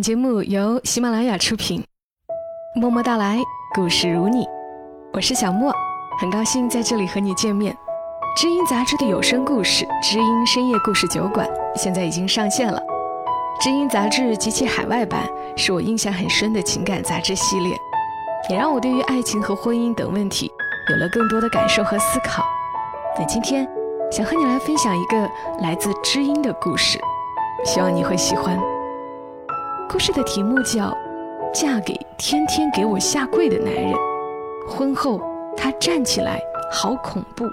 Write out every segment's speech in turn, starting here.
节目由喜马拉雅出品，默默到来，故事如你，我是小莫，很高兴在这里和你见面。知音杂志的有声故事知音深夜故事酒馆现在已经上线了。知音杂志及其海外版是我印象很深的情感杂志系列，也让我对于爱情和婚姻等问题有了更多的感受和思考。那今天想和你来分享一个来自知音的故事，希望你会喜欢。故事的题目叫嫁给天天给我下跪的男人，婚后他站起来好恐怖。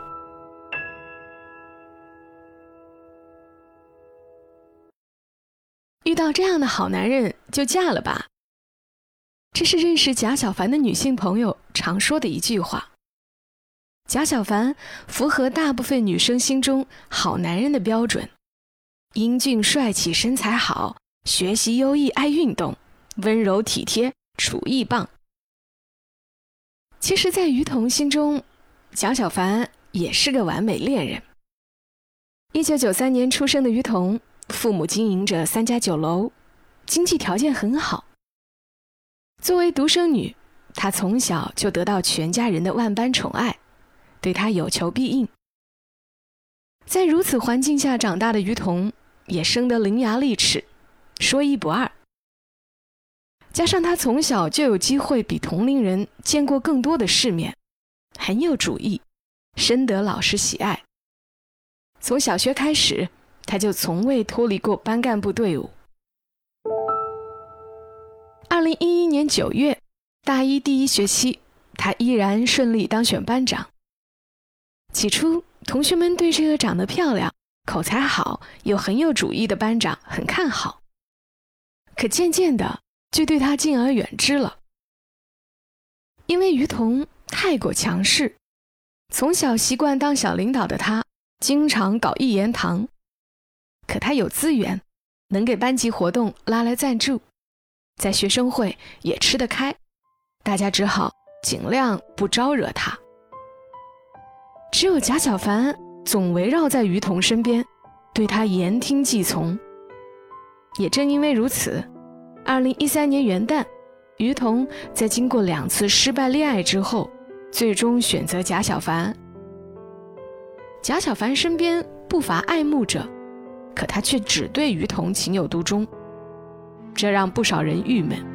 遇到这样的好男人就嫁了吧，这是认识贾小凡的女性朋友常说的一句话。贾小凡符合大部分女生心中好男人的标准，英俊帅气，身材好，学习优异，爱运动，温柔体贴，厨艺棒。其实在于彤心中，贾小凡也是个完美恋人。1993年出生的于彤，父母经营着3家酒楼，经济条件很好。作为独生女，她从小就得到全家人的万般宠爱，对她有求必应。在如此环境下长大的于彤，也生得伶牙俐齿，说一不二。加上她从小就有机会比同龄人见过更多的世面，很有主意，深得老师喜爱。从小学开始，她就从未脱离过班干部队伍。2011年9月，大一第一学期，她依然顺利当选班长。起初，同学们对这个长得漂亮、口才好又很有主意的班长很看好，可渐渐的就对他敬而远之了。因为于彤太过强势，从小习惯当小领导的他经常搞一言堂，可他有资源，能给班级活动拉来赞助，在学生会也吃得开，大家只好尽量不招惹他。只有贾小凡总围绕在于彤身边，对他言听计从。也正因为如此，2013年元旦，于彤在经过2次失败恋爱之后，最终选择贾小凡。贾小凡身边不乏爱慕者，可他却只对于彤情有独钟，这让不少人郁闷。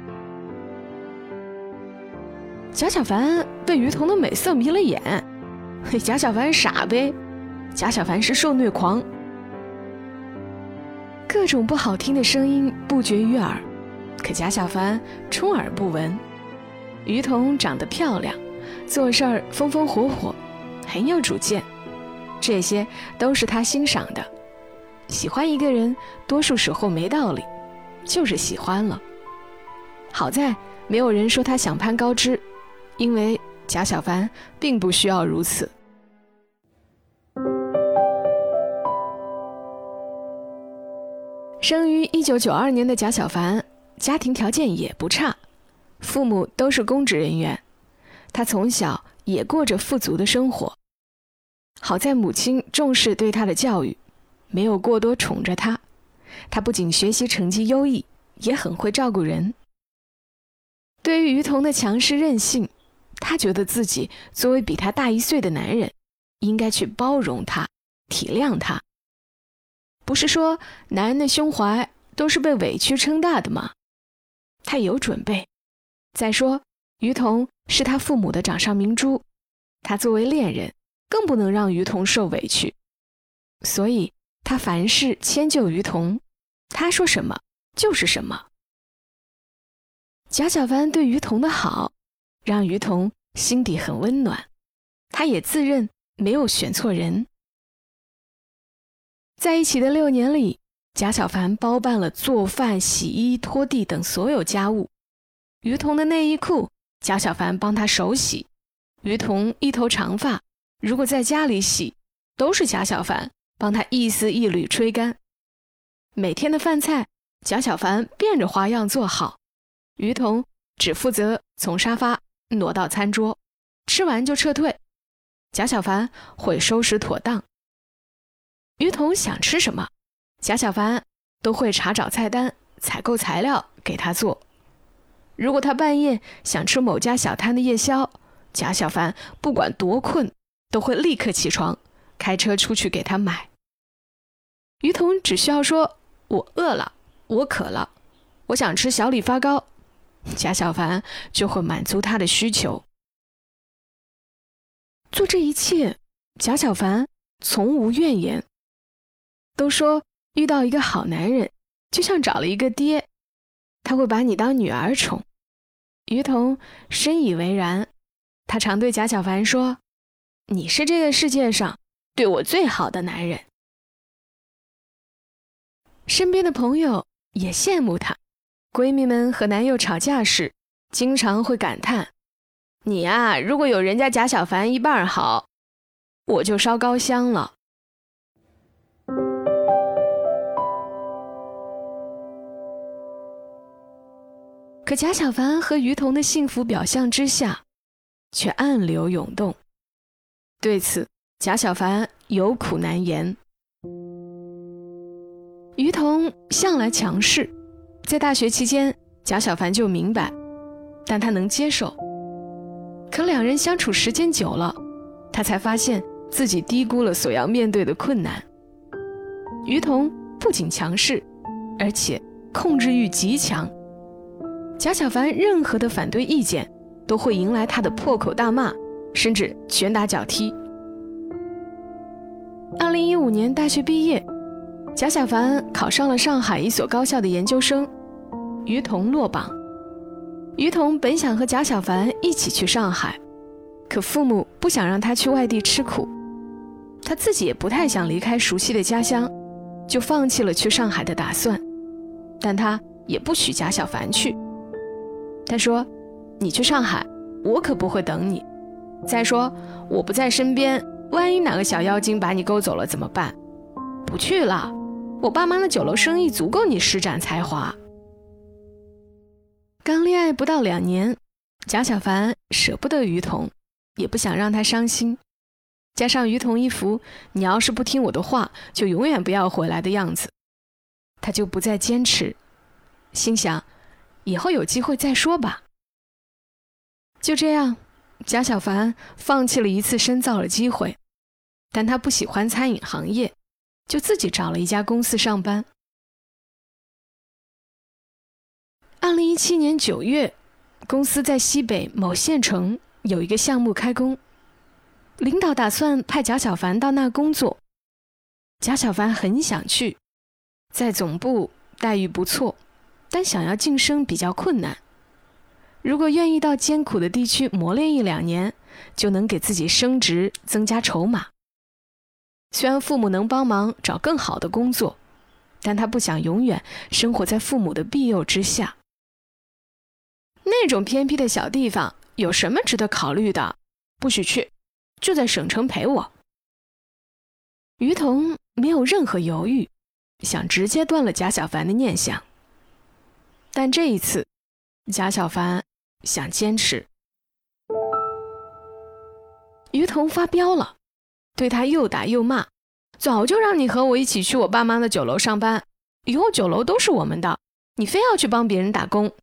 贾小凡被于彤的美色迷了眼，贾小凡傻呗，贾小凡是受虐狂。各种不好听的声音不绝于耳，可贾小凡充耳不闻。于彤长得漂亮，做事儿风风火火，很有主见，这些都是他欣赏的。喜欢一个人多数时候没道理，就是喜欢了。好在没有人说他想攀高枝，因为贾小凡并不需要如此。生于1992年的贾小凡，家庭条件也不差，父母都是公职人员，他从小也过着富足的生活。好在母亲重视对他的教育，没有过多宠着他，他不仅学习成绩优异，也很会照顾人。对于于彤的强势任性，他觉得自己作为比他大1岁的男人，应该去包容他，体谅他。不是说男人的胸怀都是被委屈撑大的吗？他有准备。再说，于彤是他父母的掌上明珠，他作为恋人，更不能让于彤受委屈。所以，他凡事迁就于彤，他说什么就是什么。贾小凡对于彤的好，让于彤心底很温暖，他也自认没有选错人。在一起的6年里，贾小凡包办了做饭、洗衣、拖地等所有家务。于彤的内衣裤，贾小凡帮他手洗；于彤一头长发，如果在家里洗，都是贾小凡帮他一丝一缕吹干。每天的饭菜，贾小凡变着花样做好，于彤只负责从沙发挪到餐桌，吃完就撤退，贾小凡会收拾妥当。于彤想吃什么，贾小凡都会查找菜单， 采购材料给他做。如果他半夜想吃某家小摊的夜宵，贾小凡不管多困都会立刻起床，开车出去给他买。于彤只需要说我饿了，我渴了，我想吃小李发糕，贾小凡就会满足他的需求。做这一切，贾小凡从无怨言。都说遇到一个好男人就像找了一个爹，他会把你当女儿宠。于彤深以为然，他常对贾小凡说，你是这个世界上对我最好的男人。身边的朋友也羡慕她，闺蜜们和男友吵架时经常会感叹，你啊，如果有人家贾小凡一半好，我就烧高香了。可贾小凡和于彤的幸福表象之下，却暗流涌动。对此，贾小凡有苦难言。于彤向来强势，在大学期间，贾小凡就明白，但他能接受。可两人相处时间久了，他才发现自己低估了所要面对的困难。于彤不仅强势，而且控制欲极强。贾小凡任何的反对意见都会迎来他的破口大骂，甚至拳打脚踢。2015年大学毕业，贾小凡考上了上海一所高校的研究生，于彤落榜。于彤本想和贾小凡一起去上海，可父母不想让他去外地吃苦，他自己也不太想离开熟悉的家乡，就放弃了去上海的打算。但他也不许贾小凡去。他说，你去上海，我可不会等你。再说，我不在身边，万一哪个小妖精把你勾走了怎么办？不去了，我爸妈的酒楼生意足够你施展才华。刚恋爱不到2年，贾小凡舍不得于彤，也不想让她伤心。加上于彤一副你要是不听我的话，就永远不要回来的样子，他就不再坚持，心想以后有机会再说吧。就这样，贾小凡放弃了一次深造的机会，但他不喜欢餐饮行业，就自己找了一家公司上班。2017年9月，公司在西北某县城有一个项目开工，领导打算派贾小凡到那工作。贾小凡很想去，在总部待遇不错，但想要晋升比较困难。如果愿意到艰苦的地区磨练1-2年，就能给自己升职，增加筹码。虽然父母能帮忙找更好的工作，但他不想永远生活在父母的庇佑之下。那种偏僻的小地方有什么值得考虑的？不许去，就在省城陪我。于彤没有任何犹豫，想直接断了贾小凡的念想。但这一次，贾小凡想坚持。于彤发飙了，对他又打又骂，早就让你和我一起去我爸妈的酒楼上班，以后酒楼都是我们的，你非要去帮别人打工。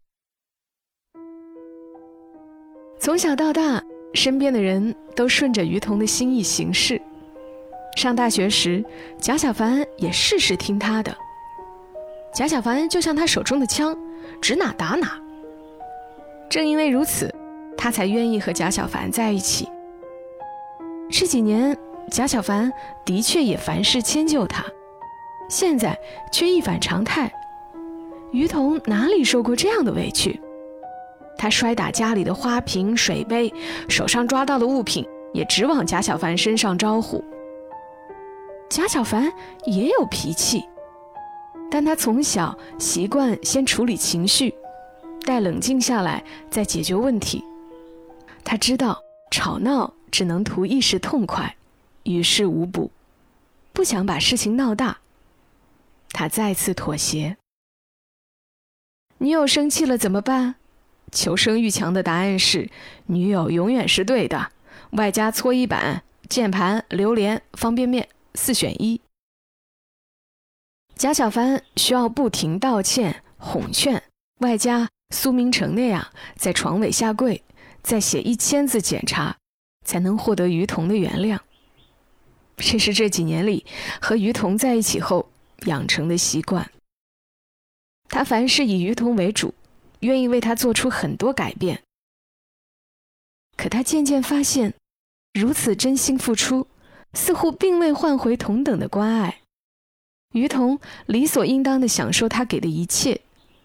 从小到大，身边的人都顺着于彤的心意行事。上大学时，贾小凡也事事听他的。贾小凡就像他手中的枪，指哪打哪。正因为如此，他才愿意和贾小凡在一起。这几年，贾小凡的确也凡事迁就他，现在却一反常态。于彤哪里受过这样的委屈？他摔打家里的花瓶、水杯，手上抓到的物品也直往贾小凡身上招呼。贾小凡也有脾气，但他从小习惯先处理情绪，待冷静下来再解决问题。他知道吵闹只能图一时痛快，于事无补，不想把事情闹大。他再次妥协。女友生气了怎么办？求生欲强的答案是，女友永远是对的，外加搓衣板、键盘、榴莲、方便面，4选1。贾小凡需要不停道歉、 哄劝，外加苏明成那样在床尾下跪，再写1000字检查，才能获得于彤的原谅。这是这几年里和于彤在一起后养成的习惯。他凡事以于彤为主，愿意为他做出很多改变。可他渐渐发现，如此真心付出，似乎并未换回同等的关爱。于彤理所应当地享受他给的一切。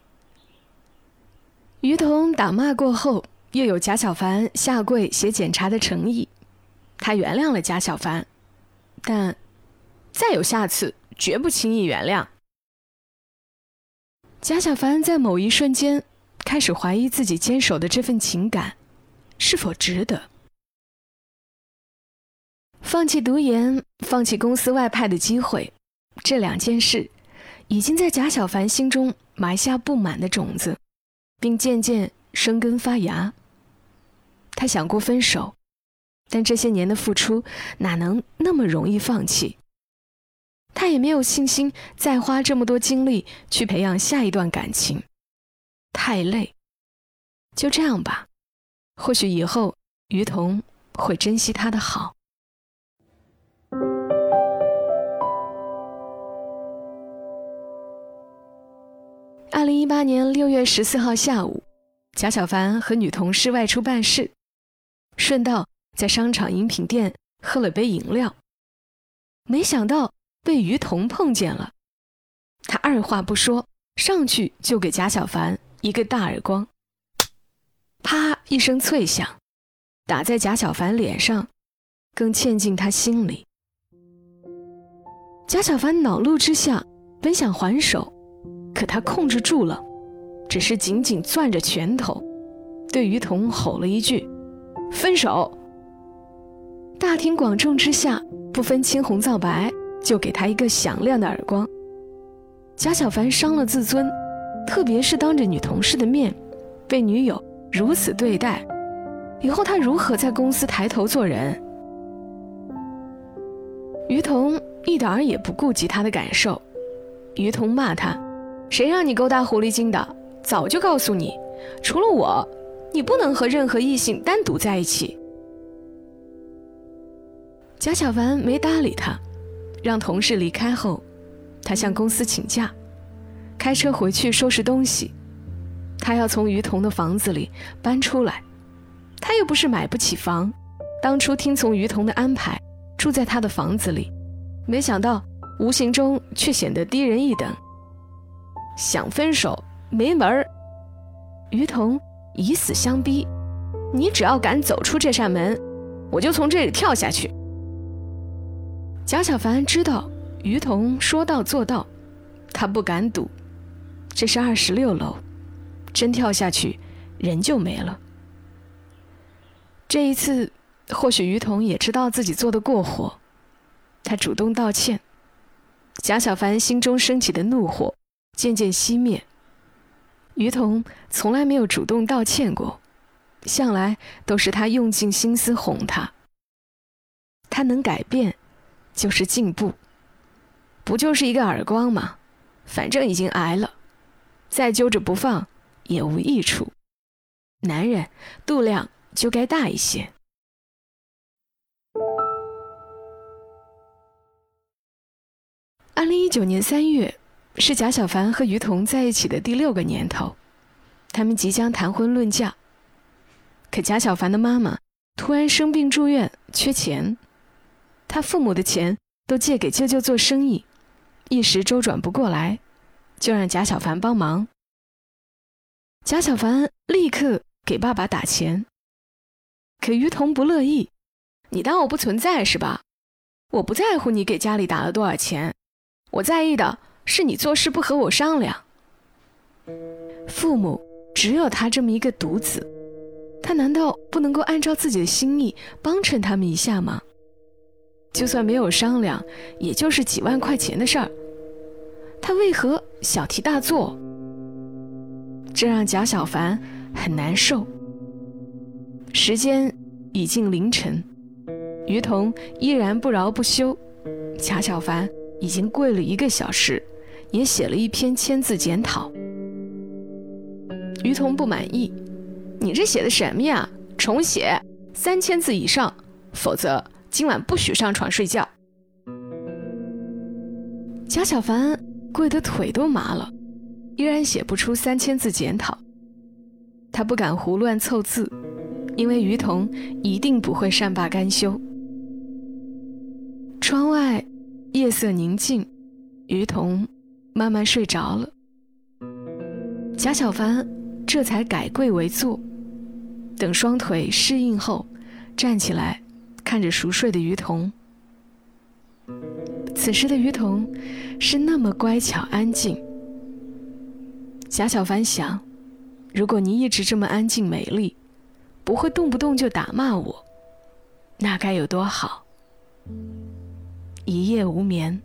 于彤打骂过后，又有贾小凡下跪写检查的诚意，他原谅了贾小凡，但再有下次，绝不轻易原谅。贾小凡在某一瞬间开始怀疑自己坚守的这份情感是否值得。放弃读研，放弃公司外派的机会，这2件事已经在贾小凡心中埋下不满的种子，并渐渐生根发芽。他想过分手，但这些年的付出哪能那么容易放弃？他也没有信心再花这么多精力去培养下一段感情，太累。就这样吧，或许以后于彤会珍惜他的好。2018年6月14号下午，贾小凡和女同事外出办事，顺道在商场饮品店喝了杯饮料，没想到被于彤碰见了。他二话不说，上去就给贾小凡一个大耳光，啪一声脆响，打在贾小凡脸上，更嵌进他心里。贾小凡恼怒之下本想还手，可他控制住了，只是紧紧攥着拳头，对于彤吼了一句：分手！大庭广众之下，不分青红皂白，就给他一个响亮的耳光。贾小凡伤了自尊，特别是当着女同事的面被女友如此对待，以后他如何在公司抬头做人？于彤一点儿也不顾及他的感受。于彤骂他：谁让你勾搭狐狸精的？早就告诉你，除了我，你不能和任何异性单独在一起。贾小凡没搭理他，让同事离开后，他向公司请假，开车回去收拾东西。他要从于彤的房子里搬出来，他又不是买不起房，当初听从于彤的安排，住在他的房子里，没想到无形中却显得低人一等。想分手没门儿！于彤以死相逼，你只要敢走出这扇门，我就从这里跳下去。贾小凡知道于彤说到做到，他不敢赌，这是26楼，真跳下去人就没了。这一次或许于彤也知道自己做得过火，他主动道歉。贾小凡心中升起的怒火渐渐熄灭。于彤从来没有主动道歉过，向来都是他用尽心思哄他。他能改变就是进步，不就是一个耳光吗？反正已经挨了，再揪着不放也无益处。男人度量就该大一些。2019年3月，是贾小凡和于彤在一起的第6个年头，他们即将谈婚论嫁。可贾小凡的妈妈突然生病住院，缺钱，他父母的钱都借给舅舅做生意，一时周转不过来，就让贾小凡帮忙。贾小凡立刻给爸爸打钱，可于彤不乐意。你当我不存在是吧？我不在乎你给家里打了多少钱，我在意的是你做事不和我商量。父母只有他这么一个独子，他难道不能够按照自己的心意帮衬他们一下吗？就算没有商量，也就是几万块钱的事儿，他为何小题大做？这让贾小凡很难受。时间已近凌晨，于彤依然不饶不休，贾小凡已经跪了1个小时，也写了一篇签字检讨。 于彤不满意，你这写的什么呀？重写3000字以上，否则今晚不许上床睡觉。贾小凡跪得腿都麻了，依然写不出3000字检讨。他不敢胡乱凑字，因为于彤一定不会善罢甘休。窗外夜色宁静，于彤慢慢睡着了。贾小凡这才改跪为坐，等双腿适应后，站起来看着熟睡的于彤。此时的于彤是那么乖巧安静。贾小凡想，如果你一直这么安静美丽，不会动不动就打骂我，那该有多好。一夜无眠。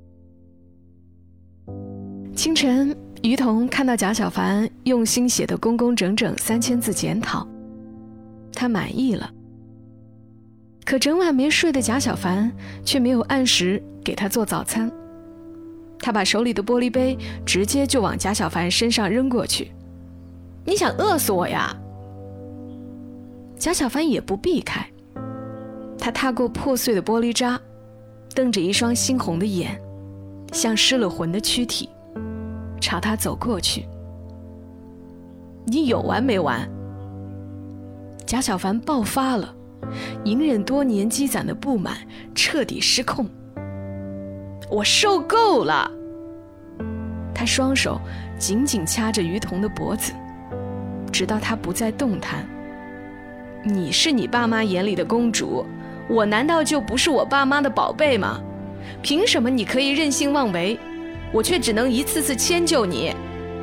清晨，于彤看到贾小凡用心写的工工整整3000字检讨，他满意了。可整晚没睡的贾小凡却没有按时给他做早餐，他把手里的玻璃杯直接就往贾小凡身上扔过去。你想饿死我呀？贾小凡也不避开，他踏过破碎的玻璃渣，瞪着一双猩红的眼，像失了魂的躯体，朝他走过去。你有完没完？贾小凡爆发了，隐忍多年积攒的不满彻底失控。我受够了！他双手紧紧掐着于彤的脖子，直到他不再动弹。你是你爸妈眼里的公主，我难道就不是我爸妈的宝贝吗？凭什么你可以任性妄为，我却只能一次次迁就你？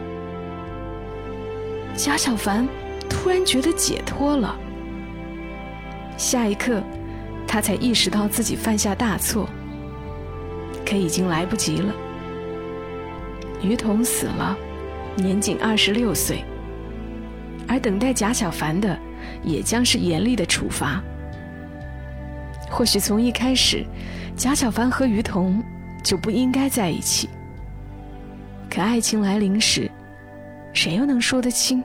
贾小凡突然觉得解脱了。下一刻，他才意识到自己犯下大错，可已经来不及了。于彤死了，年仅26岁，而等待贾小凡的也将是严厉的处罚。或许从一开始，贾小凡和于彤就不应该在一起。可爱情来临时，谁又能说得清？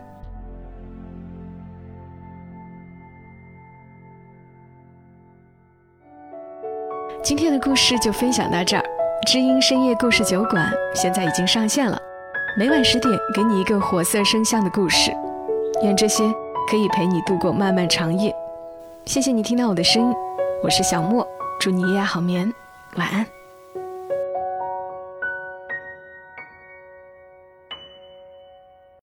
今天的故事就分享到这儿，知音深夜故事酒馆现在已经上线了，每晚10点给你一个活色生香的故事，愿这些可以陪你度过漫漫长夜。谢谢你听到我的声音，我是小莫，祝你夜好眠，晚安。